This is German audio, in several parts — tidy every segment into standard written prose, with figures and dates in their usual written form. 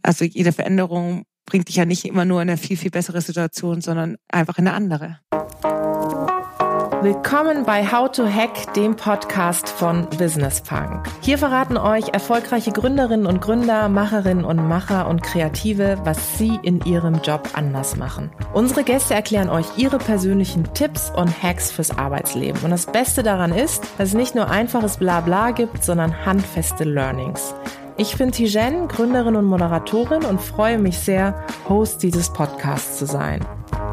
Also jede Veränderung bringt dich ja nicht immer nur in eine viel, viel bessere Situation, sondern einfach in eine andere. Willkommen bei How to Hack, dem Podcast von Business Punk. Hier verraten euch erfolgreiche Gründerinnen und Gründer, Macherinnen und Macher und Kreative, was sie in ihrem Job anders machen. Unsere Gäste erklären euch ihre persönlichen Tipps und Hacks fürs Arbeitsleben. Und das Beste daran ist, dass es nicht nur einfaches Blabla gibt, sondern handfeste Learnings. Ich bin Tijen, Gründerin und Moderatorin und freue mich sehr, Host dieses Podcasts zu sein.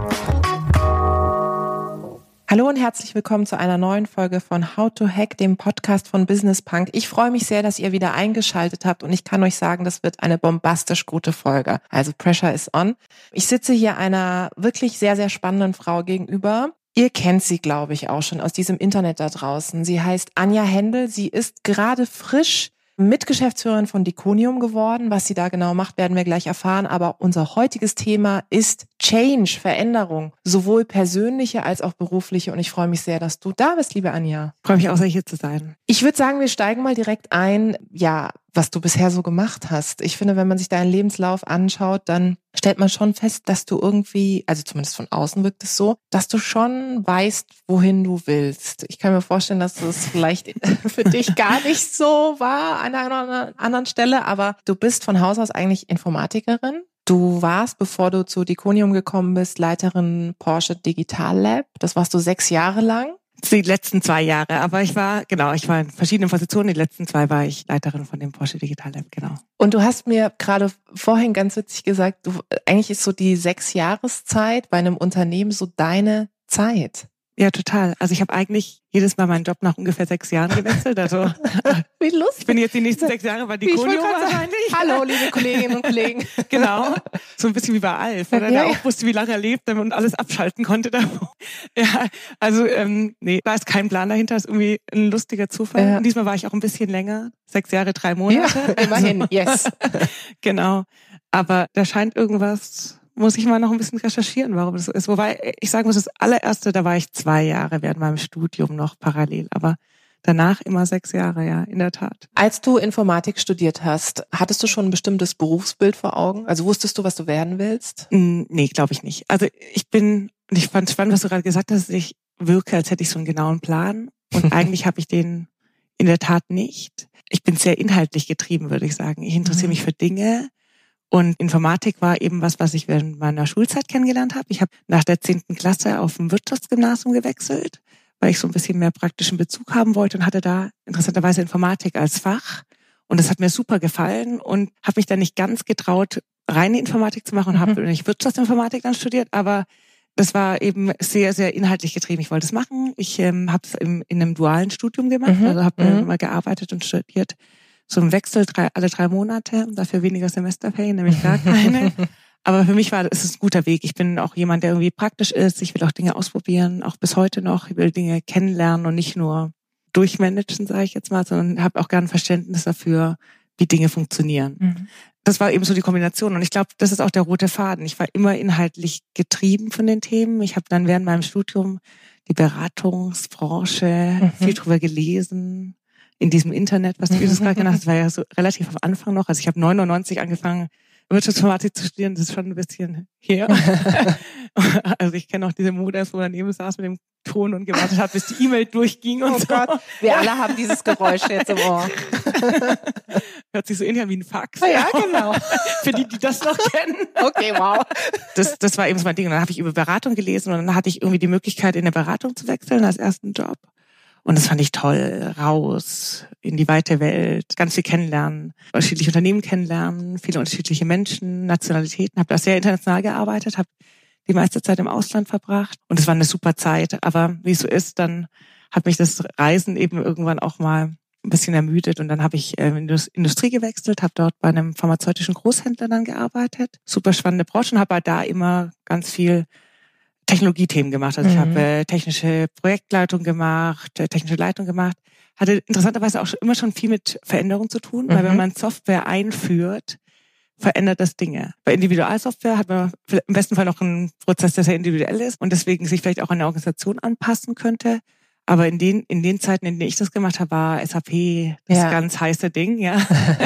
Hallo und herzlich willkommen zu einer neuen Folge von How to Hack, dem Podcast von Business Punk. Ich freue mich sehr, dass ihr wieder eingeschaltet habt und ich kann euch sagen, das wird eine bombastisch gute Folge. Also Pressure is on. Ich sitze hier einer wirklich sehr, sehr spannenden Frau gegenüber. Ihr kennt sie, glaube ich, auch schon aus diesem Internet da draußen. Sie heißt Anja Händel. Sie ist gerade frisch Mitgeschäftsführerin von Diconium geworden. Was sie da genau macht, werden wir gleich erfahren. Aber unser heutiges Thema ist Change, Veränderung, sowohl persönliche als auch berufliche. Und ich freue mich sehr, dass du da bist, liebe Anja. Ich freue mich auch sehr, hier zu sein. Ich würde sagen, wir steigen mal direkt ein, was du bisher so gemacht hast. Ich finde, wenn man sich deinen Lebenslauf anschaut, dann stellt man schon fest, dass du irgendwie, also zumindest von außen wirkt es so, dass du schon weißt, wohin du willst. Ich kann mir vorstellen, dass es vielleicht für dich gar nicht so war an einer anderen Stelle, aber du bist von Haus aus eigentlich Informatikerin. Du warst, bevor du zu Diconium gekommen bist, Leiterin Porsche Digital Lab. Das warst du 6 Jahre lang. Die letzten 2 Jahre, aber ich war in verschiedenen Positionen. Die letzten 2 war ich Leiterin von dem Porsche Digital Lab, genau. Und du hast mir gerade vorhin ganz witzig gesagt, eigentlich ist so die 6-Jahreszeit bei einem Unternehmen so deine Zeit. Ja, total. Also ich habe eigentlich jedes Mal meinen Job nach ungefähr 6 Jahren gewechselt. Also wie lustig. Ich bin jetzt die nächsten 6 Jahre bei Diconium wahrscheinlich. Hallo, liebe Kolleginnen und Kollegen. Genau. So ein bisschen wie bei Alf, der auch wusste, wie lange er lebt und alles abschalten konnte. Ja, also da ist kein Plan dahinter. Das ist irgendwie ein lustiger Zufall. Ja. Und diesmal war ich auch ein bisschen länger. 6 Jahre, 3 Monate. Ja, immerhin, yes. Genau. Aber da scheint irgendwas... Muss ich mal noch ein bisschen recherchieren, warum das so ist. Wobei, ich sagen muss, das allererste, da war ich 2 Jahre während meinem Studium noch parallel. Aber danach immer 6 Jahre, ja, in der Tat. Als du Informatik studiert hast, hattest du schon ein bestimmtes Berufsbild vor Augen? Also wusstest du, was du werden willst? Nee, glaube ich nicht. Also ich fand spannend, was du gerade gesagt hast. Ich wirke, als hätte ich so einen genauen Plan. Und eigentlich habe ich den in der Tat nicht. Ich bin sehr inhaltlich getrieben, würde ich sagen. Ich interessiere mich für Dinge. Und Informatik war eben was ich während meiner Schulzeit kennengelernt habe. Ich habe nach der 10. Klasse auf ein Wirtschaftsgymnasium gewechselt, weil ich so ein bisschen mehr praktischen Bezug haben wollte und hatte da interessanterweise Informatik als Fach. Und das hat mir super gefallen und habe mich dann nicht ganz getraut, reine Informatik zu machen und habe nicht Wirtschaftsinformatik dann studiert, aber das war eben sehr, sehr inhaltlich getrieben. Ich wollte es machen. Ich habe es in einem dualen Studium gemacht, also habe mal gearbeitet und studiert. So ein Wechsel alle 3 Monate, dafür weniger Semesterferien, nämlich gar keine. Aber für mich ist es ein guter Weg. Ich bin auch jemand, der irgendwie praktisch ist. Ich will auch Dinge ausprobieren, auch bis heute noch. Ich will Dinge kennenlernen und nicht nur durchmanagen, sage ich jetzt mal, sondern habe auch gerne Verständnis dafür, wie Dinge funktionieren. Das war eben so die Kombination. Und ich glaube, das ist auch der rote Faden. Ich war immer inhaltlich getrieben von den Themen. Ich habe dann während meinem Studium die Beratungsbranche viel drüber gelesen. In diesem Internet, was du das gerade genannt hast, war ja so relativ am Anfang noch. Also ich habe 99 angefangen, Wirtschaftsinformatik zu studieren. Das ist schon ein bisschen her. Also ich kenne auch diese Modus, wo daneben saß mit dem Ton und gewartet hat, bis die E-Mail durchging und oh so. Gott, wir alle haben dieses Geräusch jetzt im Ohr. Hört sich so ähnlich an wie ein Fax. Ja, genau. Für die das noch kennen. Okay, wow. Das war eben so mein Ding. Und dann habe ich über Beratung gelesen und dann hatte ich irgendwie die Möglichkeit, in eine Beratung zu wechseln als ersten Job. Und das fand ich toll, raus in die weite Welt, ganz viel kennenlernen, unterschiedliche Unternehmen kennenlernen, viele unterschiedliche Menschen, Nationalitäten. Habe da sehr international gearbeitet, habe die meiste Zeit im Ausland verbracht und es war eine super Zeit. Aber wie es so ist, dann hat mich das Reisen eben irgendwann auch mal ein bisschen ermüdet und dann habe ich in die Industrie gewechselt, habe dort bei einem pharmazeutischen Großhändler dann gearbeitet. Super spannende Branche und habe halt da immer ganz viel Technologiethemen gemacht. Also ich habe technische Projektleitung gemacht, technische Leitung gemacht. Hatte interessanterweise auch immer schon viel mit Veränderung zu tun, weil wenn man Software einführt, verändert das Dinge. Bei Individualsoftware hat man im besten Fall noch einen Prozess, der sehr individuell ist und deswegen sich vielleicht auch an eine Organisation anpassen könnte. Aber in den Zeiten, in denen ich das gemacht habe, war SAP das ganz heiße Ding, ja.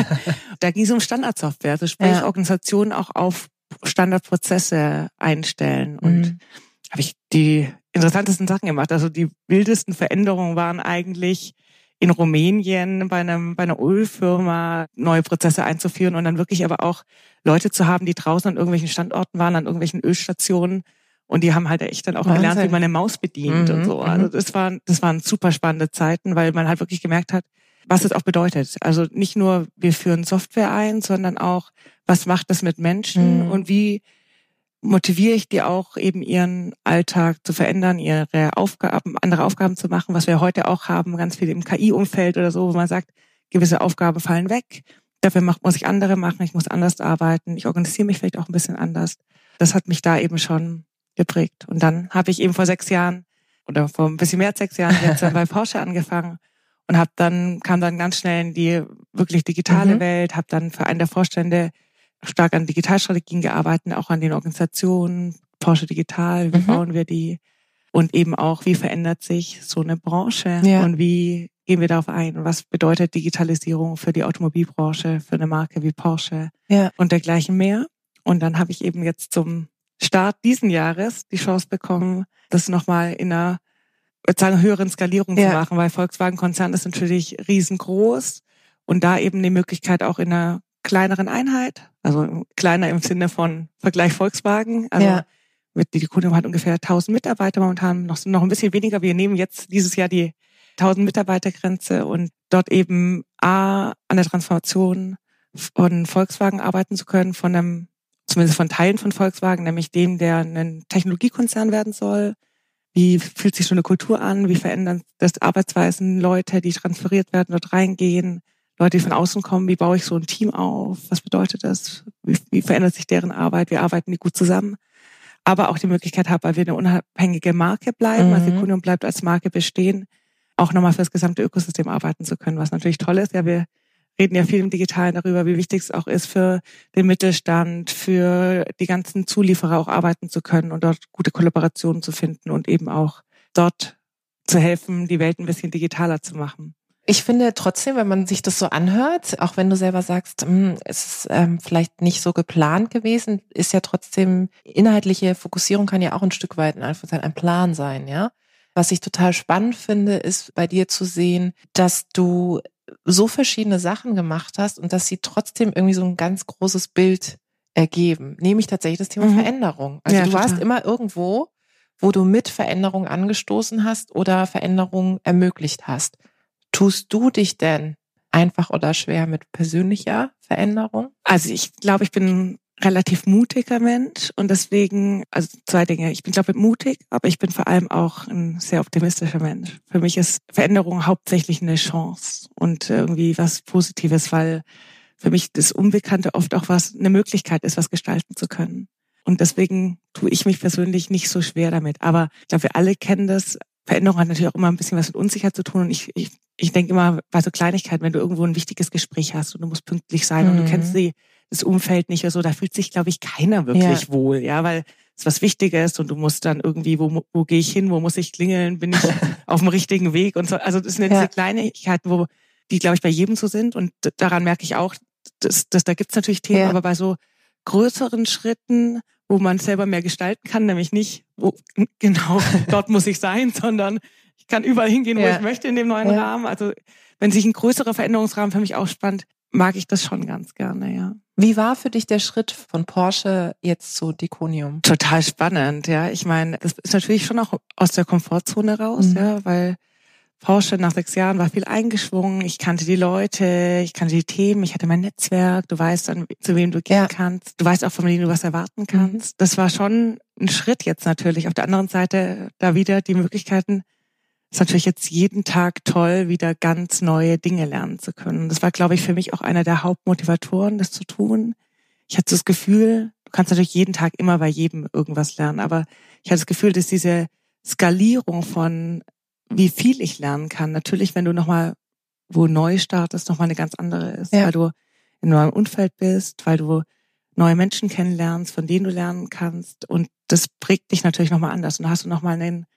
Da ging es um Standardsoftware, also sprich Organisationen auch auf Standardprozesse einstellen. Und habe ich die interessantesten Sachen gemacht. Also die wildesten Veränderungen waren eigentlich in Rumänien bei einer Ölfirma neue Prozesse einzuführen und dann wirklich aber auch Leute zu haben, die draußen an irgendwelchen Standorten waren, an irgendwelchen Ölstationen. Und die haben halt echt dann auch gelernt, wie man eine Maus bedient und so. Also das waren super spannende Zeiten, weil man halt wirklich gemerkt hat, was es auch bedeutet. Also nicht nur, wir führen Software ein, sondern auch, was macht das mit Menschen und wie motiviere ich die auch, eben ihren Alltag zu verändern, ihre Aufgaben, andere Aufgaben zu machen, was wir heute auch haben, ganz viel im KI-Umfeld oder so, wo man sagt, gewisse Aufgaben fallen weg, dafür muss ich andere machen, ich muss anders arbeiten, ich organisiere mich vielleicht auch ein bisschen anders. Das hat mich da eben schon geprägt. Und dann habe ich eben vor 6 Jahren oder vor ein bisschen mehr als 6 Jahren jetzt bei Porsche angefangen und kam dann ganz schnell in die wirklich digitale Welt, habe dann für einen der Vorstände stark an Digitalstrategien gearbeitet, auch an den Organisationen, Porsche Digital, wie bauen wir die und eben auch, wie verändert sich so eine Branche und wie gehen wir darauf ein und was bedeutet Digitalisierung für die Automobilbranche, für eine Marke wie Porsche und dergleichen mehr. Und dann habe ich eben jetzt zum Start diesen Jahres die Chance bekommen, das nochmal in einer, ich würde sagen, höheren Skalierung zu machen, weil Volkswagen-Konzern ist natürlich riesengroß und da eben die Möglichkeit auch in einer kleineren Einheit, also kleiner im Sinne von Vergleich Volkswagen, also die Kunde hat ungefähr 1000 Mitarbeiter momentan, noch ein bisschen weniger. Wir nehmen jetzt dieses Jahr die 1000 Mitarbeitergrenze und dort eben an der Transformation von Volkswagen arbeiten zu können, zumindest von Teilen von Volkswagen, nämlich dem, der ein Technologiekonzern werden soll. Wie fühlt sich so eine Kultur an? Wie verändern das Arbeitsweisen Leute, die transferiert werden, dort reingehen? Leute, die von außen kommen, wie baue ich so ein Team auf? Was bedeutet das? Wie verändert sich deren Arbeit? Wie arbeiten die gut zusammen? Aber auch die Möglichkeit habe, weil wir eine unabhängige Marke bleiben, also die Kunde bleibt als Marke bestehen, auch nochmal für das gesamte Ökosystem arbeiten zu können, was natürlich toll ist. Ja, wir reden ja viel im Digitalen darüber, wie wichtig es auch ist für den Mittelstand, für die ganzen Zulieferer auch arbeiten zu können und dort gute Kollaborationen zu finden und eben auch dort zu helfen, die Welt ein bisschen digitaler zu machen. Ich finde trotzdem, wenn man sich das so anhört, auch wenn du selber sagst, es ist vielleicht nicht so geplant gewesen, ist ja trotzdem, inhaltliche Fokussierung kann ja auch ein Stück weit ein Plan sein, ja. Was ich total spannend finde, ist bei dir zu sehen, dass du so verschiedene Sachen gemacht hast und dass sie trotzdem irgendwie so ein ganz großes Bild ergeben, nämlich tatsächlich das Thema Veränderung. Also du warst immer irgendwo, wo du mit Veränderung angestoßen hast oder Veränderung ermöglicht hast. Tust du dich denn einfach oder schwer mit persönlicher Veränderung? Also ich glaube, ich bin ein relativ mutiger Mensch und deswegen, also 2 Dinge. Ich bin, glaube ich, mutig, aber ich bin vor allem auch ein sehr optimistischer Mensch. Für mich ist Veränderung hauptsächlich eine Chance und irgendwie was Positives, weil für mich das Unbekannte oft auch eine Möglichkeit ist, was gestalten zu können. Und deswegen tue ich mich persönlich nicht so schwer damit. Aber ich glaube, wir alle kennen das. Veränderung hat natürlich auch immer ein bisschen was mit Unsicherheit zu tun und ich denke immer bei so Kleinigkeiten, wenn du irgendwo ein wichtiges Gespräch hast und du musst pünktlich sein und du kennst das Umfeld nicht oder so, da fühlt sich, glaube ich, keiner wirklich wohl, ja, weil es was Wichtiges und du musst dann irgendwie, wo gehe ich hin, wo muss ich klingeln, bin ich auf dem richtigen Weg und so. Also das sind diese Kleinigkeiten, die, glaube ich, bei jedem so sind und daran merke ich auch, da gibt's natürlich Themen, aber bei so größeren Schritten, wo man selber mehr gestalten kann, nämlich nicht, genau, dort muss ich sein, sondern ich kann überall hingehen, wo ich möchte in dem neuen Rahmen. Also wenn sich ein größerer Veränderungsrahmen für mich aufspannt, mag ich das schon ganz gerne, ja. Wie war für dich der Schritt von Porsche jetzt zu Diconium? Total spannend, ja. Ich meine, das ist natürlich schon auch aus der Komfortzone raus, ja, weil Porsche nach 6 Jahren war viel eingeschwungen. Ich kannte die Leute, ich kannte die Themen, ich hatte mein Netzwerk. Du weißt dann, zu wem du gehen kannst. Du weißt auch, von wem du was erwarten kannst. Das war schon ein Schritt jetzt natürlich. Auf der anderen Seite da wieder die Möglichkeiten, ist natürlich jetzt jeden Tag toll, wieder ganz neue Dinge lernen zu können. Das war, glaube ich, für mich auch einer der Hauptmotivatoren, das zu tun. Ich hatte das Gefühl, du kannst natürlich jeden Tag immer bei jedem irgendwas lernen, aber ich hatte das Gefühl, dass diese Skalierung von wie viel ich lernen kann, natürlich, wenn du nochmal wo neu startest, nochmal eine ganz andere ist, weil du in einem neuen Umfeld bist, weil du neue Menschen kennenlernst, von denen du lernen kannst und das prägt dich natürlich nochmal anders und da hast du nochmal einen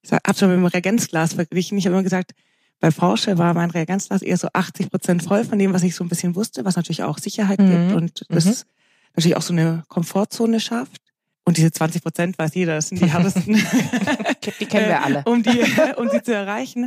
habe schon mit dem Reagenzglas verglichen. Ich habe immer gesagt, bei Porsche war mein Reagenzglas eher so 80% voll von dem, was ich so ein bisschen wusste, was natürlich auch Sicherheit gibt und das natürlich auch so eine Komfortzone schafft. Und diese 20% weiß jeder, das sind die härtesten. Die kennen wir alle. um die zu erreichen.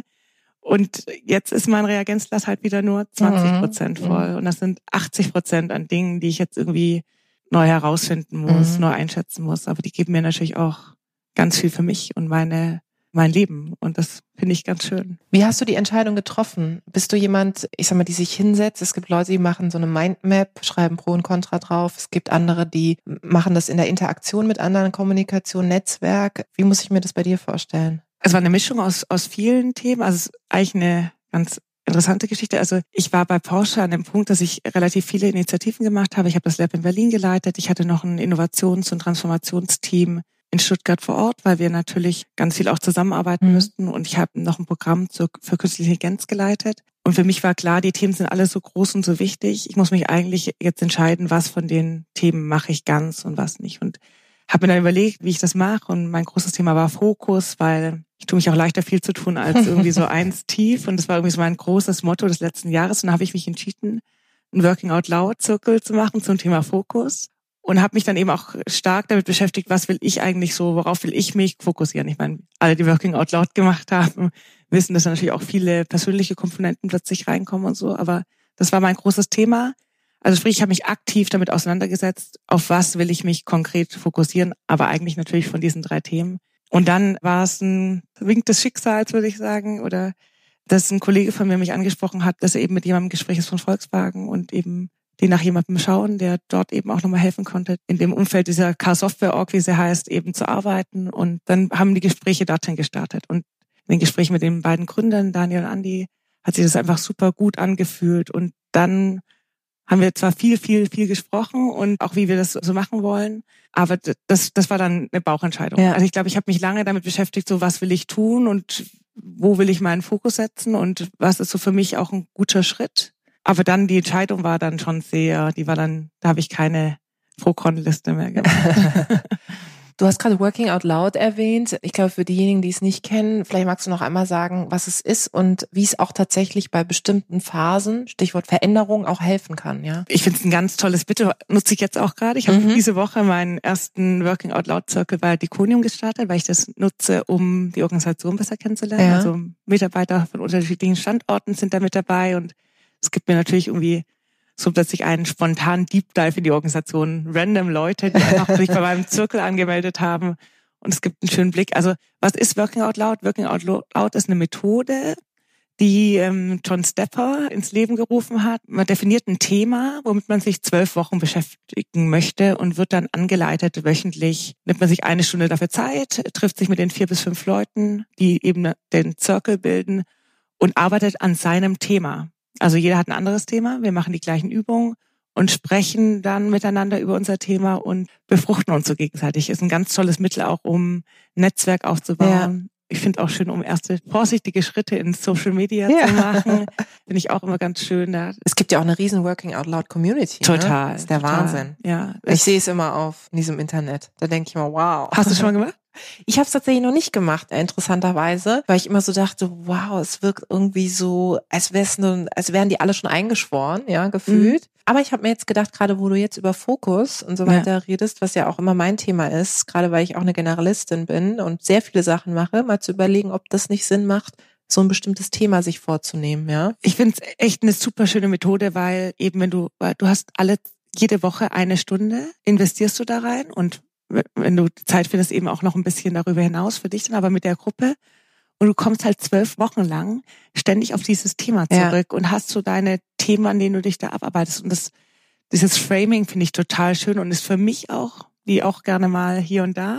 Und jetzt ist mein Reagenzglas halt wieder nur 20% voll. Und das sind 80% an Dingen, die ich jetzt irgendwie neu herausfinden muss, neu einschätzen muss. Aber die geben mir natürlich auch ganz viel für mich und mein Leben. Und das finde ich ganz schön. Wie hast du die Entscheidung getroffen? Bist du jemand, ich sag mal, die sich hinsetzt? Es gibt Leute, die machen so eine Mindmap, schreiben Pro und Contra drauf. Es gibt andere, die machen das in der Interaktion mit anderen, Kommunikation, Netzwerk. Wie muss ich mir das bei dir vorstellen? Es war eine Mischung aus vielen Themen. Also es ist eigentlich eine ganz interessante Geschichte. Also ich war bei Porsche an dem Punkt, dass ich relativ viele Initiativen gemacht habe. Ich habe das Lab in Berlin geleitet. Ich hatte noch ein Innovations- und Transformationsteam in Stuttgart vor Ort, weil wir natürlich ganz viel auch zusammenarbeiten müssten. Und ich habe noch ein Programm für künstliche Intelligenz geleitet. Und für mich war klar, die Themen sind alle so groß und so wichtig. Ich muss mich eigentlich jetzt entscheiden, was von den Themen mache ich ganz und was nicht. Und habe mir dann überlegt, wie ich das mache. Und mein großes Thema war Fokus, weil ich tue mich auch leichter, viel zu tun, als irgendwie so eins tief. Und das war irgendwie so mein großes Motto des letzten Jahres. Und dann habe ich mich entschieden, einen Working Out Loud Zirkel zu machen zum Thema Fokus. Und habe mich dann eben auch stark damit beschäftigt, was will ich eigentlich so, worauf will ich mich fokussieren. Ich meine, alle, die Working Out Loud gemacht haben, wissen, dass da natürlich auch viele persönliche Komponenten plötzlich reinkommen und so. Aber das war mein großes Thema. Also sprich, ich habe mich aktiv damit auseinandergesetzt, auf was will ich mich konkret fokussieren, aber eigentlich natürlich von diesen 3 Themen. Und dann war es ein Wink des Schicksals, würde ich sagen, oder dass ein Kollege von mir mich angesprochen hat, dass er eben mit jemandem im Gespräch ist von Volkswagen und eben die nach jemandem schauen, der dort eben auch nochmal helfen konnte, in dem Umfeld dieser Car-Software-Org, wie sie heißt, eben zu arbeiten. Und dann haben die Gespräche dorthin gestartet. Und in den Gesprächen mit den beiden Gründern, Daniel und Andi, hat sich das einfach super gut angefühlt. Und dann haben wir zwar viel gesprochen und auch wie wir das so machen wollen, aber das war dann eine Bauchentscheidung. Ja. Also ich glaube, ich habe mich lange damit beschäftigt, so was will ich tun und wo will ich meinen Fokus setzen und was ist so für mich auch ein guter Schritt. Aber dann die Entscheidung war dann schon da habe ich keine Pro-Con-Liste mehr gemacht. Du hast gerade Working Out Loud erwähnt. Ich glaube, für diejenigen, die es nicht kennen, vielleicht magst du noch einmal sagen, was es ist und wie es auch tatsächlich bei bestimmten Phasen, Stichwort Veränderung, auch helfen kann. Ja. Ich finde es ein ganz tolles Bitte, nutze ich jetzt auch gerade. Ich habe diese Woche meinen ersten Working Out Loud Circle bei Diconium gestartet, weil ich das nutze, um die Organisation besser kennenzulernen. Ja. Also Mitarbeiter von unterschiedlichen Standorten sind da mit dabei und es gibt mir natürlich irgendwie so plötzlich einen spontanen Deep Dive in die Organisation. Random Leute, die einfach sich bei meinem Zirkel angemeldet haben. Und es gibt einen schönen Blick. Also was ist Working Out Loud? Working Out Loud ist eine Methode, die John Stepper ins Leben gerufen hat. Man definiert ein Thema, womit man sich 12 Wochen beschäftigen möchte und wird dann angeleitet wöchentlich. Nimmt man sich 1 Stunde dafür Zeit, trifft sich mit den 4 bis 5 Leuten, die eben den Zirkel bilden und arbeitet an seinem Thema. Also jeder hat ein anderes Thema, wir machen die gleichen Übungen und sprechen dann miteinander über unser Thema und befruchten uns so gegenseitig. Ist ein ganz tolles Mittel auch, um Netzwerk aufzubauen. Ja. Ich finde auch schön, um erste vorsichtige Schritte in Social Media zu machen. Finde ich auch immer ganz schön. Ja. Es gibt ja auch eine riesen Working Out Loud Community. Total. Ne? Das ist der Wahnsinn. Ja. Ich sehe es immer in diesem Internet. Da denke ich immer, wow. Hast du schon mal gemacht? Ich habe es tatsächlich noch nicht gemacht, interessanterweise, weil ich immer so dachte, wow, es wirkt irgendwie so, als wären die alle schon eingeschworen, ja, gefühlt. Aber ich habe mir jetzt gedacht, gerade wo du jetzt über Fokus und so weiter redest, was ja auch immer mein Thema ist, gerade weil ich auch eine Generalistin bin und sehr viele Sachen mache, mal zu überlegen, ob das nicht Sinn macht, so ein bestimmtes Thema sich vorzunehmen, ja. Ich finde es echt eine super schöne Methode, weil eben du hast jede Woche 1 Stunde, investierst du da rein und wenn du Zeit findest, eben auch noch ein bisschen darüber hinaus für dich dann, aber mit der Gruppe. Und du kommst halt 12 Wochen lang ständig auf dieses Thema zurück und hast so deine Themen, an denen du dich da abarbeitest. Und dieses Framing finde ich total schön und ist für mich auch, wie auch gerne mal hier und da,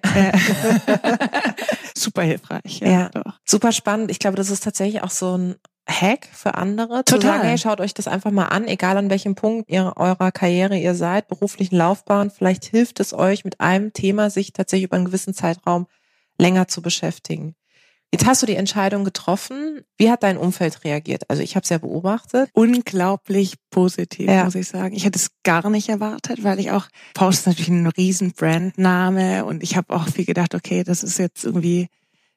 super hilfreich. Ja, doch. Super spannend. Ich glaube, das ist tatsächlich auch so ein Hack für andere, total. Zu sagen, hey, schaut euch das einfach mal an, egal an welchem Punkt eurer Karriere ihr seid, beruflichen Laufbahn, vielleicht hilft es euch mit einem Thema, sich tatsächlich über einen gewissen Zeitraum länger zu beschäftigen. Jetzt hast du die Entscheidung getroffen. Wie hat dein Umfeld reagiert? Also ich habe es ja beobachtet. Unglaublich positiv, muss ich sagen. Ich hätte es gar nicht erwartet, weil Porsche ist natürlich ein riesen Brandname und ich habe auch viel gedacht, okay, das ist jetzt irgendwie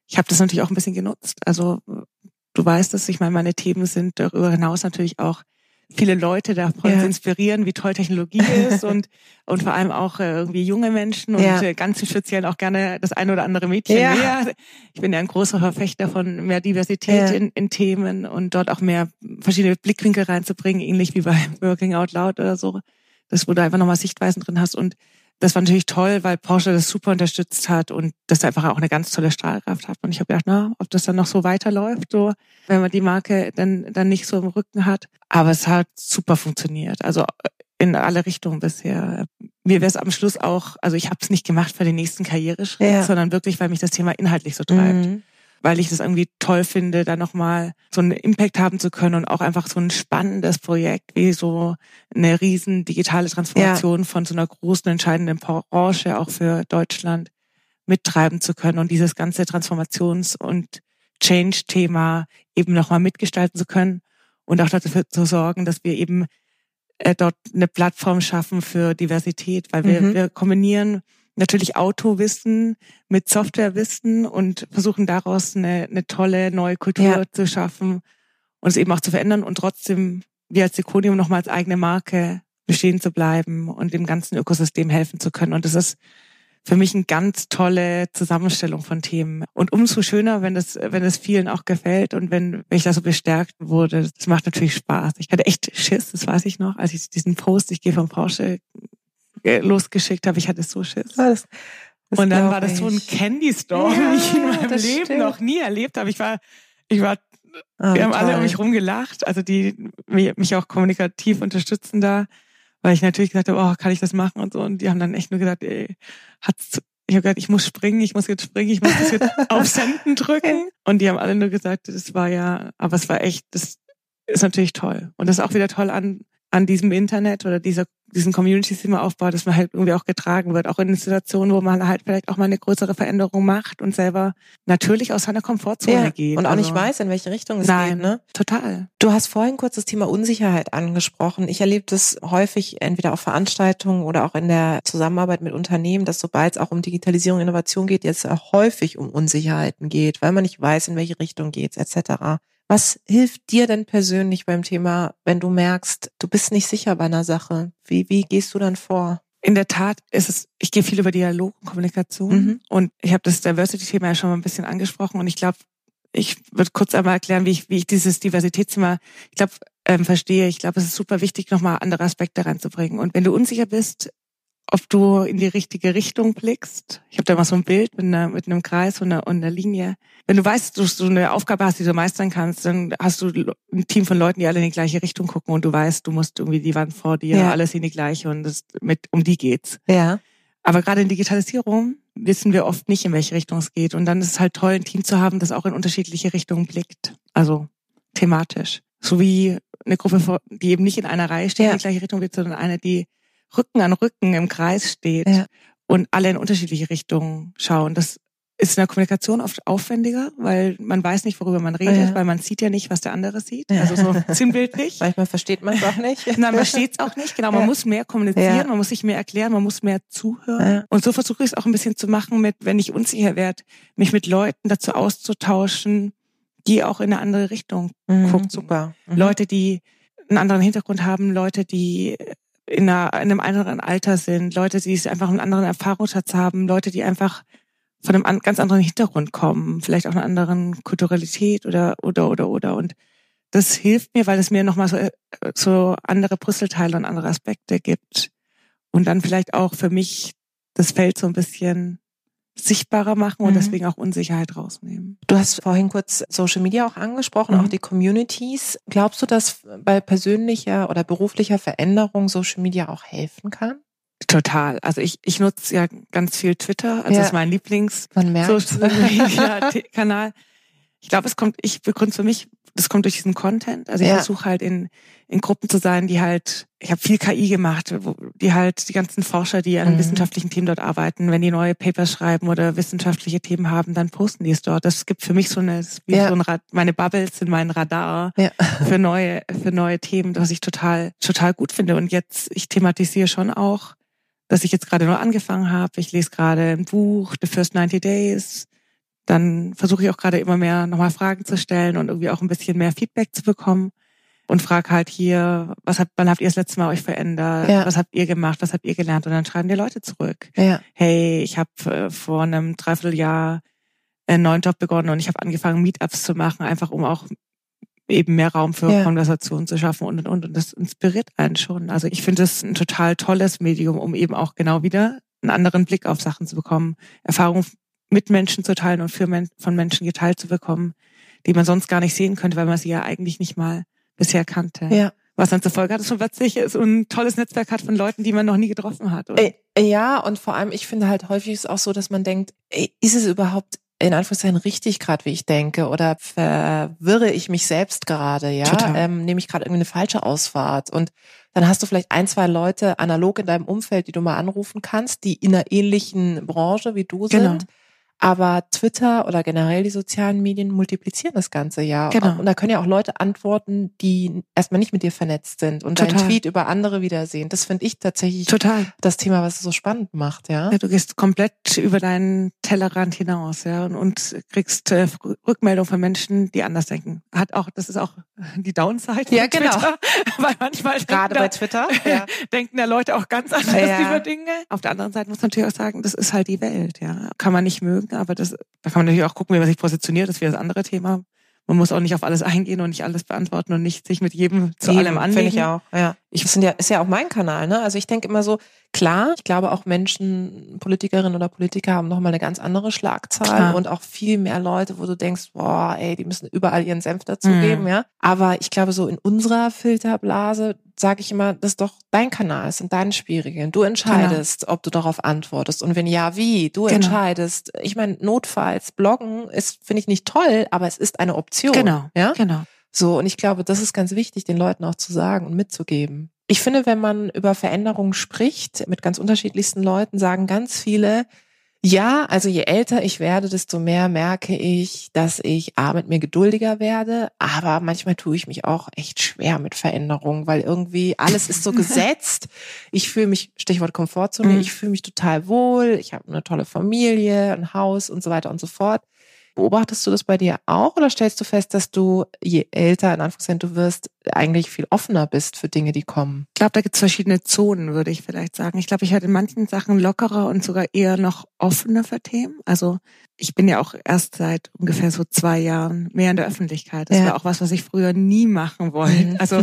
ich habe das natürlich auch ein bisschen genutzt. Also du weißt es, ich meine, meine Themen sind darüber hinaus natürlich auch viele Leute davon zu inspirieren, wie toll Technologie ist und vor allem auch irgendwie junge Menschen und ganz speziell auch gerne das eine oder andere Mädchen mehr. Ich bin ja ein großer Verfechter von mehr Diversität in Themen und dort auch mehr verschiedene Blickwinkel reinzubringen, ähnlich wie bei Working Out Loud oder so. Das, wo du einfach nochmal Sichtweisen drin hast. Und das war natürlich toll, weil Porsche das super unterstützt hat und das einfach auch eine ganz tolle Strahlkraft hat. Und ich habe gedacht, ob das dann noch so weiterläuft, so wenn man die Marke dann nicht so im Rücken hat. Aber es hat super funktioniert. Also in alle Richtungen bisher. Mir wäre es am Schluss auch, also ich habe es nicht gemacht für den nächsten Karriereschritt, sondern wirklich, weil mich das Thema inhaltlich so treibt. Weil ich das irgendwie toll finde, da nochmal so einen Impact haben zu können und auch einfach so ein spannendes Projekt wie so eine riesen digitale Transformation von so einer großen, entscheidenden Branche auch für Deutschland mittreiben zu können und dieses ganze Transformations- und Change-Thema eben nochmal mitgestalten zu können und auch dafür zu sorgen, dass wir eben dort eine Plattform schaffen für Diversität, weil wir kombinieren natürlich Autowissen mit Softwarewissen und versuchen daraus eine tolle neue Kultur zu schaffen und es eben auch zu verändern und trotzdem wir als Zirconium nochmal als eigene Marke bestehen zu bleiben und dem ganzen Ökosystem helfen zu können. Und das ist für mich eine ganz tolle Zusammenstellung von Themen. Und umso schöner, wenn es vielen auch gefällt und wenn ich da so bestärkt wurde. Das macht natürlich Spaß. Ich hatte echt Schiss, das weiß ich noch, als ich diesen Post, ich gehe vom Porsche, losgeschickt habe. Ich hatte so Schiss. Das und dann war das so ein Candy Store, wie ich in meinem Leben noch nie erlebt habe. Wir haben alle um mich rum gelacht, also die mich auch kommunikativ unterstützen da, weil ich natürlich gesagt habe, kann ich das machen und so. Und die haben dann echt nur gesagt, ich habe gesagt, ich muss springen, ich muss jetzt springen, ich muss das jetzt auf Senden drücken. Und die haben alle nur gesagt, aber es war echt, das ist natürlich toll. Und das ist auch wieder toll an diesem Internet oder diesen Communities, die man aufbaut, dass man halt irgendwie auch getragen wird, auch in Situationen, wo man halt vielleicht auch mal eine größere Veränderung macht und selber natürlich aus seiner Komfortzone geht. Und auch nicht weiß, in welche Richtung es geht, ne? Total. Du hast vorhin kurz das Thema Unsicherheit angesprochen. Ich erlebe das häufig entweder auf Veranstaltungen oder auch in der Zusammenarbeit mit Unternehmen, dass sobald es auch um Digitalisierung, Innovation geht, jetzt auch häufig um Unsicherheiten geht, weil man nicht weiß, in welche Richtung geht's, etc. Was hilft dir denn persönlich beim Thema, wenn du merkst, du bist nicht sicher bei einer Sache? Wie gehst du dann vor? In der Tat ich gehe viel über Dialog und Kommunikation und ich habe das Diversity-Thema ja schon mal ein bisschen angesprochen und ich glaube, ich würde kurz einmal erklären, wie ich dieses Diversitätsthema, verstehe. Ich glaube, es ist super wichtig, nochmal andere Aspekte reinzubringen. Und wenn du unsicher bist, ob du in die richtige Richtung blickst. Ich habe da mal so ein Bild mit einem Kreis und einer Linie. Wenn du weißt, dass du eine Aufgabe hast, die du meistern kannst, dann hast du ein Team von Leuten, die alle in die gleiche Richtung gucken und du weißt, du musst irgendwie die Wand vor dir, alles in die gleiche und um die geht's. Ja. Aber gerade in Digitalisierung wissen wir oft nicht, in welche Richtung es geht. Und dann ist es halt toll, ein Team zu haben, das auch in unterschiedliche Richtungen blickt. Also thematisch. So wie eine Gruppe, die eben nicht in einer Reihe steht, in die gleiche Richtung blickt, sondern eine, die Rücken an Rücken im Kreis steht und alle in unterschiedliche Richtungen schauen. Das ist in der Kommunikation oft aufwendiger, weil man weiß nicht, worüber man redet, weil man sieht ja nicht, was der andere sieht. Also so sinnbildlich. Manchmal versteht man es auch nicht. Nein, man versteht es auch nicht. Genau, man muss mehr kommunizieren, man muss sich mehr erklären, man muss mehr zuhören. Und so versuche ich es auch ein bisschen zu machen, wenn ich unsicher werde, mich mit Leuten dazu auszutauschen, die auch in eine andere Richtung gucken. Super. Leute, die einen anderen Hintergrund haben, Leute, die in einem anderen Alter sind, Leute, die einfach einen anderen Erfahrungsschatz haben, Leute, die einfach von einem ganz anderen Hintergrund kommen, vielleicht auch einer anderen Kulturalität oder. Und das hilft mir, weil es mir nochmal so andere Puzzleteile und andere Aspekte gibt. Und dann vielleicht auch für mich das Feld so ein bisschen sichtbarer machen und deswegen auch Unsicherheit rausnehmen. Du hast vorhin kurz Social Media auch angesprochen, auch die Communities. Glaubst du, dass bei persönlicher oder beruflicher Veränderung Social Media auch helfen kann? Total. Also ich nutze ja ganz viel Twitter. Also das ist mein Lieblings-Social-Media-Kanal. Ich glaube, ich begründe es für mich, das kommt durch diesen Content. Also ich versuche halt in Gruppen zu sein, ich habe viel KI gemacht, die halt die ganzen Forscher, die an wissenschaftlichen Themen dort arbeiten, wenn die neue Papers schreiben oder wissenschaftliche Themen haben, dann posten die es dort. Das gibt für mich meine Bubbles sind mein Radar für neue Themen, was ich total gut finde. Und ich thematisiere schon auch, dass ich jetzt gerade nur angefangen habe. Ich lese gerade ein Buch, The First 90 Days, dann versuche ich auch gerade immer mehr nochmal Fragen zu stellen und irgendwie auch ein bisschen mehr Feedback zu bekommen. Und frage halt hier, wann habt ihr das letzte Mal euch verändert? Ja. Was habt ihr gemacht? Was habt ihr gelernt? Und dann schreiben die Leute zurück. Ja. Hey, ich habe vor einem Dreivierteljahr einen neuen Job begonnen und ich habe angefangen, Meetups zu machen, einfach um auch eben mehr Raum für Konversation zu schaffen und. Und das inspiriert einen schon. Also ich finde es ein total tolles Medium, um eben auch genau wieder einen anderen Blick auf Sachen zu bekommen, Erfahrungen mit Menschen zu teilen und von Menschen geteilt zu bekommen, die man sonst gar nicht sehen könnte, weil man sie ja eigentlich nicht mal bisher kannte. Ja. Was dann zur Folge hat, ist schon plötzlich so ein tolles Netzwerk hat von Leuten, die man noch nie getroffen hat. Oder? Ja, und vor allem, ich finde halt häufig ist es auch so, dass man denkt, ist es überhaupt in Anführungszeichen richtig gerade, wie ich denke, oder verwirre ich mich selbst gerade, ja? Nehme ich gerade irgendwie eine falsche Ausfahrt? Und dann hast du vielleicht 1, 2 Leute analog in deinem Umfeld, die du mal anrufen kannst, die in einer ähnlichen Branche wie du sind. Aber Twitter oder generell die sozialen Medien multiplizieren das Ganze ja. Genau. Und da können ja auch Leute antworten, die erstmal nicht mit dir vernetzt sind und deinen Tweet über andere wiedersehen. Das finde ich tatsächlich das Thema, was es so spannend macht, ja. Ja, du gehst komplett über deinen Tellerrand hinaus, ja, und kriegst Rückmeldung von Menschen, die anders denken. Das ist auch die Downside von Twitter, weil manchmal gerade bei Twitter denken ja Leute auch ganz anders über Dinge. Auf der anderen Seite muss man natürlich auch sagen, das ist halt die Welt, ja. Kann man nicht mögen. Aber da kann man natürlich auch gucken, wie man sich positioniert. Das wäre das andere Thema. Man muss auch nicht auf alles eingehen und nicht alles beantworten und nicht sich mit jedem zu allem anlegen. Finde ich auch, ja. Ist ja auch mein Kanal, ne? Also ich denke immer so, klar, ich glaube auch Menschen, Politikerinnen oder Politiker haben nochmal eine ganz andere Schlagzahl und auch viel mehr Leute, wo du denkst, boah, ey, die müssen überall ihren Senf dazugeben, ja. Aber ich glaube so in unserer Filterblase sage ich immer, das ist doch dein Kanal, es sind deine Spielregeln. Du entscheidest, ob du darauf antwortest und wenn ja, wie. Du entscheidest. Ich meine, notfalls bloggen ist, finde ich, nicht toll, aber es ist eine Option. Genau. So, und ich glaube, das ist ganz wichtig, den Leuten auch zu sagen und mitzugeben. Ich finde, wenn man über Veränderungen spricht, mit ganz unterschiedlichsten Leuten, sagen ganz viele, ja, also je älter ich werde, desto mehr merke ich, dass ich mit mir geduldiger werde, aber manchmal tue ich mich auch echt schwer mit Veränderungen, weil irgendwie alles ist so gesetzt. Ich fühle mich, Stichwort Komfortzone, ich fühle mich total wohl, ich habe eine tolle Familie, ein Haus und so weiter und so fort. Beobachtest du das bei dir auch oder stellst du fest, dass du, je älter in Anführungszeichen du wirst, eigentlich viel offener bist für Dinge, die kommen? Ich glaube, da gibt es verschiedene Zonen, würde ich vielleicht sagen. Ich glaube, ich werde in manchen Sachen lockerer und sogar eher noch offener für Themen. Also ich bin ja auch erst seit ungefähr so 2 Jahren mehr in der Öffentlichkeit. Das war auch was ich früher nie machen wollte. Also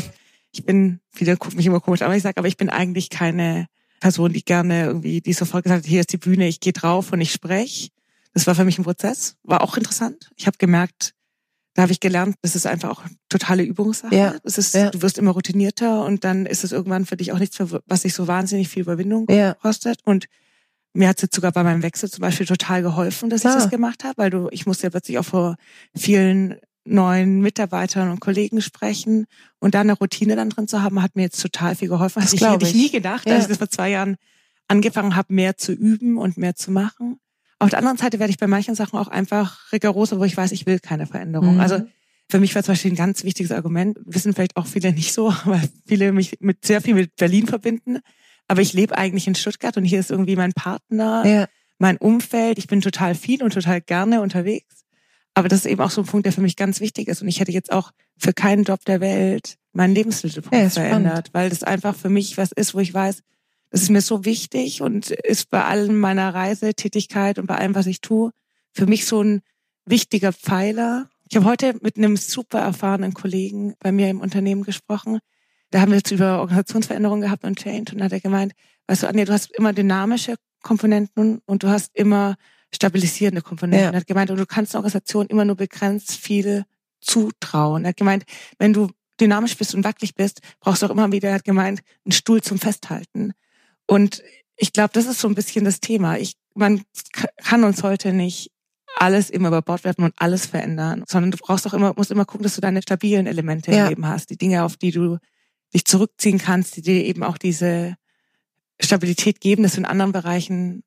viele gucken mich immer komisch an, aber ich bin eigentlich keine Person, die gerne irgendwie, die sofort gesagt hat, hier ist die Bühne, ich gehe drauf und ich spreche. Das war für mich ein Prozess, war auch interessant. Ich habe gemerkt, da habe ich gelernt, das ist einfach auch totale Übungssache. Ja. Du wirst immer routinierter und dann ist es irgendwann für dich auch nichts, was dich so wahnsinnig viel Überwindung kostet. Und mir hat es jetzt sogar bei meinem Wechsel zum Beispiel total geholfen, dass ich das gemacht habe, weil ich musste ja plötzlich auch vor vielen neuen Mitarbeitern und Kollegen sprechen und da eine Routine dann drin zu haben, hat mir jetzt total viel geholfen. Das hätte ich nie gedacht, als ich das vor 2 Jahren angefangen habe, mehr zu üben und mehr zu machen. Auf der anderen Seite werde ich bei manchen Sachen auch einfach rigoroser, wo ich weiß, ich will keine Veränderung. Also für mich war zum Beispiel ein ganz wichtiges Argument, wissen vielleicht auch viele nicht so, weil viele mich sehr viel mit Berlin verbinden. Aber ich lebe eigentlich in Stuttgart und hier ist irgendwie mein Partner, mein Umfeld. Ich bin total viel und total gerne unterwegs. Aber das ist eben auch so ein Punkt, der für mich ganz wichtig ist. Und ich hätte jetzt auch für keinen Job der Welt meinen Lebensmittelpunkt verändert, weil das einfach für mich was ist, wo ich weiß, das ist mir so wichtig und ist bei allem meiner Reisetätigkeit und bei allem, was ich tue, für mich so ein wichtiger Pfeiler. Ich habe heute mit einem super erfahrenen Kollegen bei mir im Unternehmen gesprochen. Da haben wir jetzt über Organisationsveränderungen gehabt und Change und da hat er gemeint, weißt du, Anja, du hast immer dynamische Komponenten und du hast immer stabilisierende Komponenten. Er hat gemeint, du kannst einer Organisation immer nur begrenzt viel zutrauen. Er hat gemeint, wenn du dynamisch bist und wackelig bist, brauchst du auch immer wieder, er hat gemeint, einen Stuhl zum Festhalten. Und ich glaube, das ist so ein bisschen das Thema. Man kann und sollte nicht alles immer über Bord werfen und alles verändern, sondern du musst immer gucken, dass du deine stabilen Elemente im Leben hast, die Dinge, auf die du dich zurückziehen kannst, die dir eben auch diese Stabilität geben, dass du in anderen Bereichen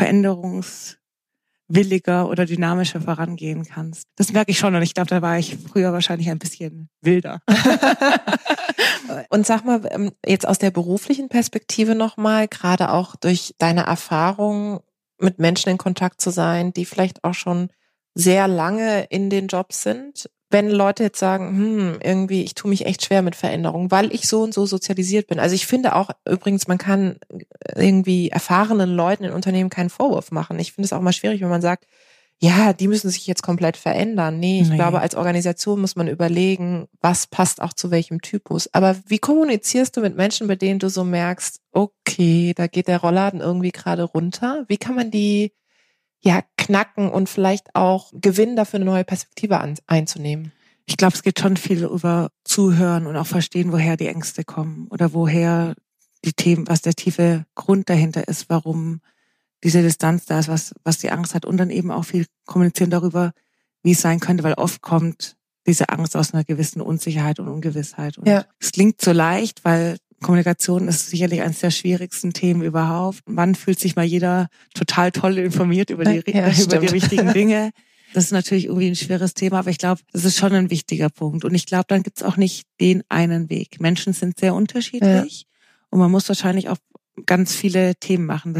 veränderungswilliger oder dynamischer vorangehen kannst. Das merke ich schon und ich glaube, da war ich früher wahrscheinlich ein bisschen wilder. Und sag mal, jetzt aus der beruflichen Perspektive nochmal, gerade auch durch deine Erfahrung mit Menschen in Kontakt zu sein, die vielleicht auch schon sehr lange in den Jobs sind, wenn Leute jetzt sagen, irgendwie, ich tue mich echt schwer mit Veränderung, weil ich so und so sozialisiert bin. Also ich finde auch übrigens, man kann irgendwie erfahrenen Leuten in Unternehmen keinen Vorwurf machen. Ich finde es auch mal schwierig, wenn man sagt, ja, die müssen sich jetzt komplett verändern. Nee, ich glaube, als Organisation muss man überlegen, was passt auch zu welchem Typus. Aber wie kommunizierst du mit Menschen, bei denen du so merkst, okay, da geht der Rollladen irgendwie gerade runter? Wie kann man die knacken und vielleicht auch gewinnen, dafür eine neue Perspektive einzunehmen? Ich glaube, es geht schon viel über Zuhören und auch verstehen, woher die Ängste kommen oder woher die Themen, was der tiefe Grund dahinter ist, warum diese Distanz da ist, was die Angst hat, und dann eben auch viel kommunizieren darüber, wie es sein könnte, weil oft kommt diese Angst aus einer gewissen Unsicherheit und Ungewissheit. Und es klingt so leicht, weil Kommunikation ist sicherlich eines der schwierigsten Themen überhaupt. Wann fühlt sich mal jeder total toll informiert über die wichtigen Dinge? Das ist natürlich irgendwie ein schweres Thema, aber ich glaube, das ist schon ein wichtiger Punkt. Und ich glaube, dann gibt es auch nicht den einen Weg. Menschen sind sehr unterschiedlich und man muss wahrscheinlich auch ganz viele Themen machen.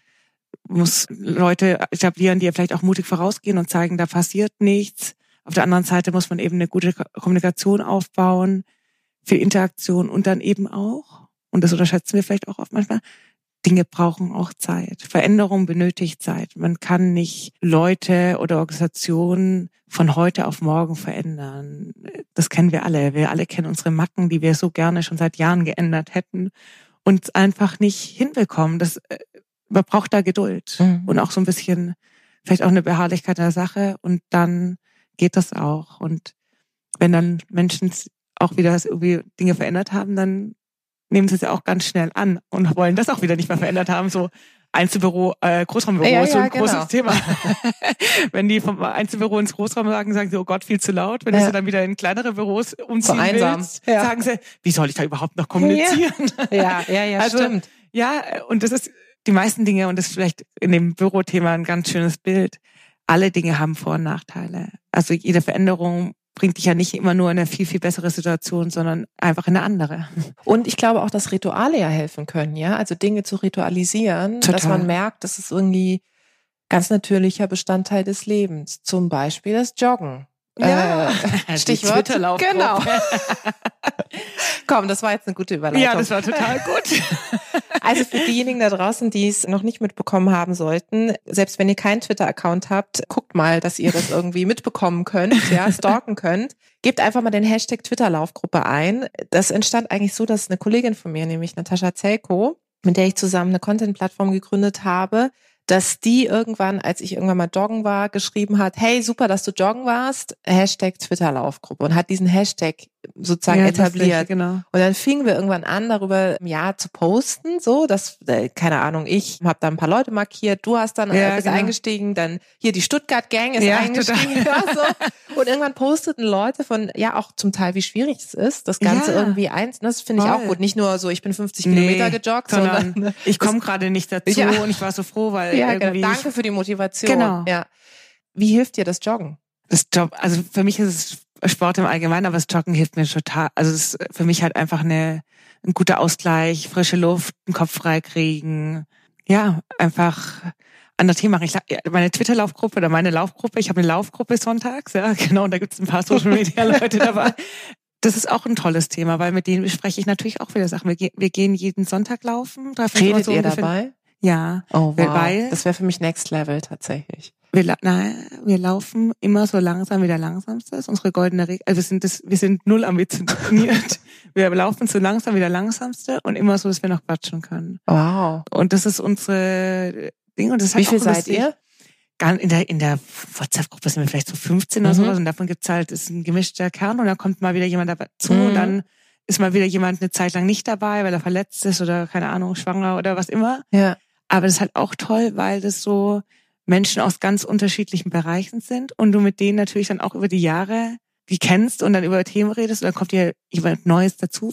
Muss Leute etablieren, die ja vielleicht auch mutig vorausgehen und zeigen, da passiert nichts. Auf der anderen Seite muss man eben eine gute Kommunikation aufbauen, viel Interaktion und dann eben auch, und das unterschätzen wir vielleicht auch oft manchmal, Dinge brauchen auch Zeit. Veränderung benötigt Zeit. Man kann nicht Leute oder Organisationen von heute auf morgen verändern. Das kennen wir alle. Wir alle kennen unsere Macken, die wir so gerne schon seit Jahren geändert hätten und einfach nicht hinbekommen. Man braucht da Geduld und auch so ein bisschen, vielleicht auch eine Beharrlichkeit in der Sache, und dann geht das auch. Und wenn dann Menschen auch wieder irgendwie Dinge verändert haben, dann nehmen sie es ja auch ganz schnell an und wollen das auch wieder nicht mehr verändert haben. So Einzelbüro, Großraumbüro ist so ein großes Thema. Wenn die vom Einzelbüro ins Großraum sagen sie, oh Gott, viel zu laut. Wenn du dann wieder in kleinere Büros umziehen willst, sagen sie, wie soll ich da überhaupt noch kommunizieren? Ja, also, stimmt. Ja, und das ist die meisten Dinge, und das ist vielleicht in dem Bürothema ein ganz schönes Bild. Alle Dinge haben Vor- und Nachteile. Also jede Veränderung bringt dich ja nicht immer nur in eine viel, viel bessere Situation, sondern einfach in eine andere. Und ich glaube auch, dass Rituale ja helfen können, ja. Also Dinge zu ritualisieren, dass man merkt, das ist irgendwie ganz natürlicher Bestandteil des Lebens. Zum Beispiel das Joggen. Ja, Stichwort Twitter-Lauf. Genau. Komm, das war jetzt eine gute Überleitung. Ja, das war total gut. Also für diejenigen da draußen, die es noch nicht mitbekommen haben sollten, selbst wenn ihr keinen Twitter-Account habt, guckt mal, dass ihr das irgendwie mitbekommen könnt, stalken könnt. Gebt einfach mal den Hashtag Twitter-Laufgruppe ein. Das entstand eigentlich so, dass eine Kollegin von mir, nämlich Natascha Zelko, mit der ich zusammen eine Content-Plattform gegründet habe, dass die irgendwann, als ich irgendwann mal joggen war, geschrieben hat, hey, super, dass du joggen warst, Hashtag Twitter-Laufgruppe, und hat diesen Hashtag sozusagen etabliert. Genau. Und dann fingen wir irgendwann an, darüber zu posten, so, dass, keine Ahnung, ich habe da ein paar Leute markiert, du hast dann bist eingestiegen, dann hier die Stuttgart-Gang ist eingestiegen. So. Und irgendwann posteten Leute von, auch zum Teil, wie schwierig es ist, das Ganze irgendwie das finde ich auch gut. Nicht nur so, ich bin 50 Kilometer gejoggt, sondern ich komme gerade nicht dazu und ich war so froh, weil irgendwie... Danke für die Motivation. Genau. Ja. Wie hilft dir das Joggen? Also für mich ist es Sport im Allgemeinen, aber das Joggen hilft mir total. Also es ist für mich halt einfach ein guter Ausgleich, frische Luft, den Kopf frei kriegen. Ja, einfach andere Themen machen. Meine Twitter-Laufgruppe oder meine Laufgruppe, ich habe eine Laufgruppe sonntags, genau, und da gibt es ein paar Social-Media-Leute dabei. Das ist auch ein tolles Thema, weil mit denen bespreche ich natürlich auch wieder Sachen. Wir gehen jeden Sonntag laufen. Redet ihr dabei? Ja. Oh wow, das wäre für mich Next Level tatsächlich. Wir laufen immer so langsam wie der Langsamste. Das ist unsere goldene Regel. Also wir sind null ambitioniert. Wir laufen so langsam wie der Langsamste und immer so, dass wir noch quatschen können. Wow. Und das ist unsere Ding. Und das wie viel seid ihr? In der WhatsApp-Gruppe sind wir vielleicht so 15 oder sowas, und davon gibt's halt, ist ein gemischter Kern, und dann kommt mal wieder jemand dazu und dann ist mal wieder jemand eine Zeit lang nicht dabei, weil er verletzt ist oder keine Ahnung, schwanger oder was immer. Ja. Aber das ist halt auch toll, weil das so Menschen aus ganz unterschiedlichen Bereichen sind und du mit denen natürlich dann auch über die Jahre die kennst und dann über Themen redest, und dann kommt ja jemand Neues dazu.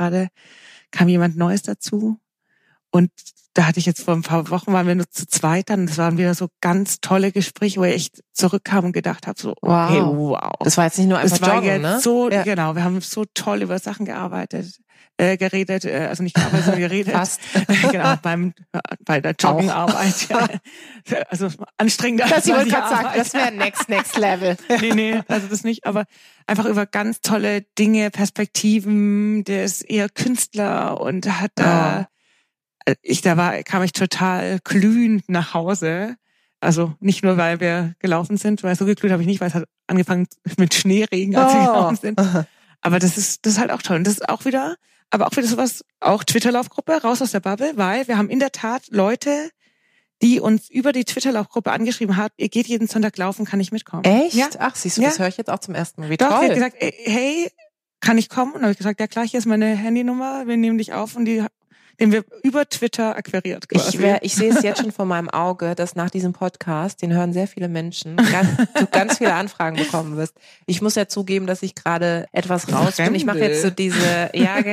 Kam jemand Neues dazu, und da hatte ich jetzt vor ein paar Wochen, waren wir nur zu zweit dann, das waren wieder so ganz tolle Gespräche, wo ich echt zurückkam und gedacht habe, so, okay, wow. Das war jetzt nicht nur einfach Joggen, ne? So, genau, wir haben so toll über Sachen gearbeitet. geredet, also nicht gearbeitet, sondern geredet. Fast. Genau, bei der Joggenarbeit. Ja. Also anstrengender. Das wollte ich gerade sagen, das wäre next level. Nee, also das nicht, aber einfach über ganz tolle Dinge, Perspektiven, der ist eher Künstler und hat kam ich total glühend nach Hause. Also nicht nur, weil wir gelaufen sind, weil so geglüht habe ich nicht, weil es hat angefangen mit Schneeregen, als wir gelaufen sind. Aber das ist halt auch toll. Und das ist auch wieder sowas, auch Twitter-Laufgruppe, raus aus der Bubble, weil wir haben in der Tat Leute, die uns über die Twitter-Laufgruppe angeschrieben haben, ihr geht jeden Sonntag laufen, kann ich mitkommen? Echt? Ja. Ach, siehst du, das höre ich jetzt auch zum ersten Mal. Wie Doch, toll. sie hat gesagt, hey, kann ich kommen? Und dann habe ich gesagt, ja klar, hier ist meine Handynummer, wir nehmen dich auf und den wir über Twitter akquiriert quasi. Ich sehe es jetzt schon vor meinem Auge, dass nach diesem Podcast, den hören sehr viele Menschen, du ganz viele Anfragen bekommen wirst. Ich muss ja zugeben, dass ich gerade etwas raus bin. Ich mache jetzt so diese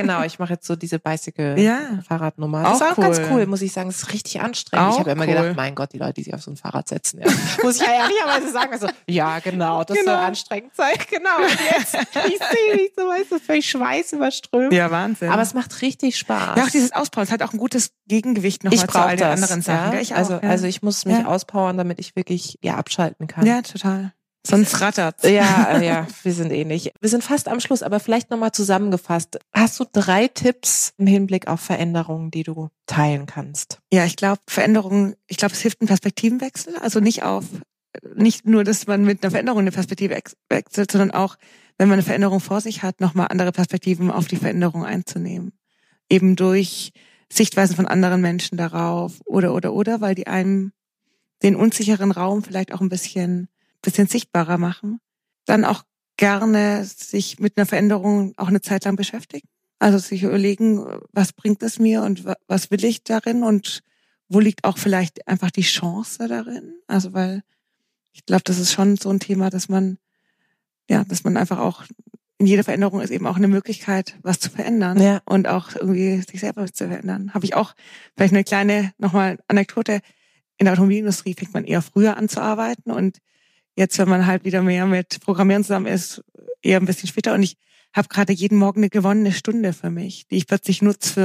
Bicycle-Fahrradnummer. Das ist auch ganz cool, muss ich sagen. Das ist richtig anstrengend. Ich habe immer gedacht, mein Gott, die Leute, die sich auf so ein Fahrrad setzen. Ja. Muss ich ja ehrlicherweise sagen. Also, ja, genau, das soll anstrengend sein. Genau. Und jetzt, ich sehe mich so, weißt du, völlig Schweiß überströmt. Ja, Wahnsinn. Aber es macht richtig Spaß. Ja, auch dieses Ausbauen ist halt auch ein gutes Gegengewicht nochmal zu all den anderen Sachen. Ja? Ich also ich muss mich auspowern, damit ich wirklich abschalten kann. Ja, total. Sonst rattert's. Ja, wir sind ähnlich. Wir sind fast am Schluss, aber vielleicht nochmal zusammengefasst. Hast du 3 Tipps im Hinblick auf Veränderungen, die du teilen kannst? Ja, ich glaube, es hilft ein Perspektivenwechsel. Also nicht nur, dass man mit einer Veränderung eine Perspektive wechselt, sondern auch, wenn man eine Veränderung vor sich hat, nochmal andere Perspektiven auf die Veränderung einzunehmen. Eben durch Sichtweisen von anderen Menschen darauf oder, weil die einem den unsicheren Raum vielleicht auch ein bisschen sichtbarer machen. Dann auch gerne sich mit einer Veränderung auch eine Zeit lang beschäftigen. Also sich überlegen, was bringt es mir und was will ich darin und wo liegt auch vielleicht einfach die Chance darin. Also weil ich glaube, das ist schon so ein Thema, dass man einfach auch in jeder Veränderung ist eben auch eine Möglichkeit, was zu verändern und auch irgendwie sich selber zu verändern. Habe ich auch vielleicht eine kleine nochmal Anekdote. In der Automobilindustrie fängt man eher früher an zu arbeiten und jetzt, wenn man halt wieder mehr mit Programmieren zusammen ist, eher ein bisschen später. Und ich habe gerade jeden Morgen eine gewonnene Stunde für mich, die ich plötzlich nutze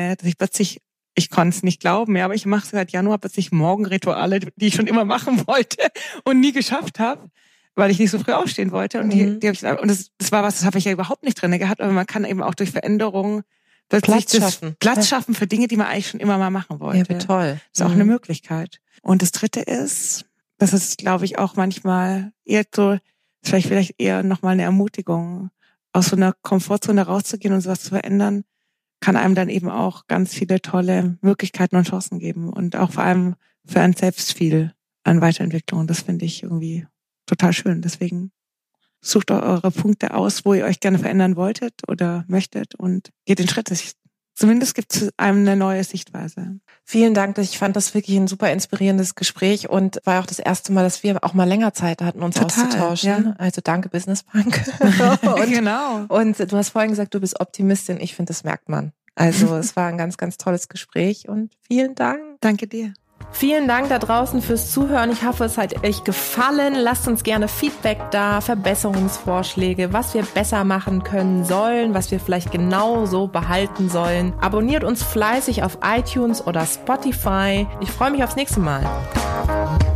ich konnte es nicht glauben, aber ich mache seit Januar plötzlich Morgenrituale, die ich schon immer machen wollte und nie geschafft habe, weil ich nicht so früh aufstehen wollte. Und das war das habe ich ja überhaupt nicht drin gehabt, aber man kann eben auch durch Veränderungen plötzlich Platz schaffen für Dinge, die man eigentlich schon immer mal machen wollte. Ja, wie toll. Das ist auch eine Möglichkeit. Und das Dritte ist, das ist, glaube ich, auch manchmal vielleicht eher nochmal eine Ermutigung, aus so einer Komfortzone rauszugehen und sowas zu verändern, kann einem dann eben auch ganz viele tolle Möglichkeiten und Chancen geben und auch vor allem für einen selbst viel an Weiterentwicklung. Und das finde ich irgendwie total schön. Deswegen sucht eure Punkte aus, wo ihr euch gerne verändern wolltet oder möchtet und geht den Schritt. Zumindest gibt es einem eine neue Sichtweise. Vielen Dank. Ich fand das wirklich ein super inspirierendes Gespräch und war auch das erste Mal, dass wir auch mal länger Zeit hatten, uns auszutauschen. Ja. Also danke, Business Punk. Genau. Und du hast vorhin gesagt, du bist Optimistin. Ich finde, das merkt man. Also es war ein ganz, ganz tolles Gespräch und vielen Dank. Danke dir. Vielen Dank da draußen fürs Zuhören. Ich hoffe, es hat euch gefallen. Lasst uns gerne Feedback da, Verbesserungsvorschläge, was wir besser machen können sollen, was wir vielleicht genau so behalten sollen. Abonniert uns fleißig auf iTunes oder Spotify. Ich freue mich aufs nächste Mal.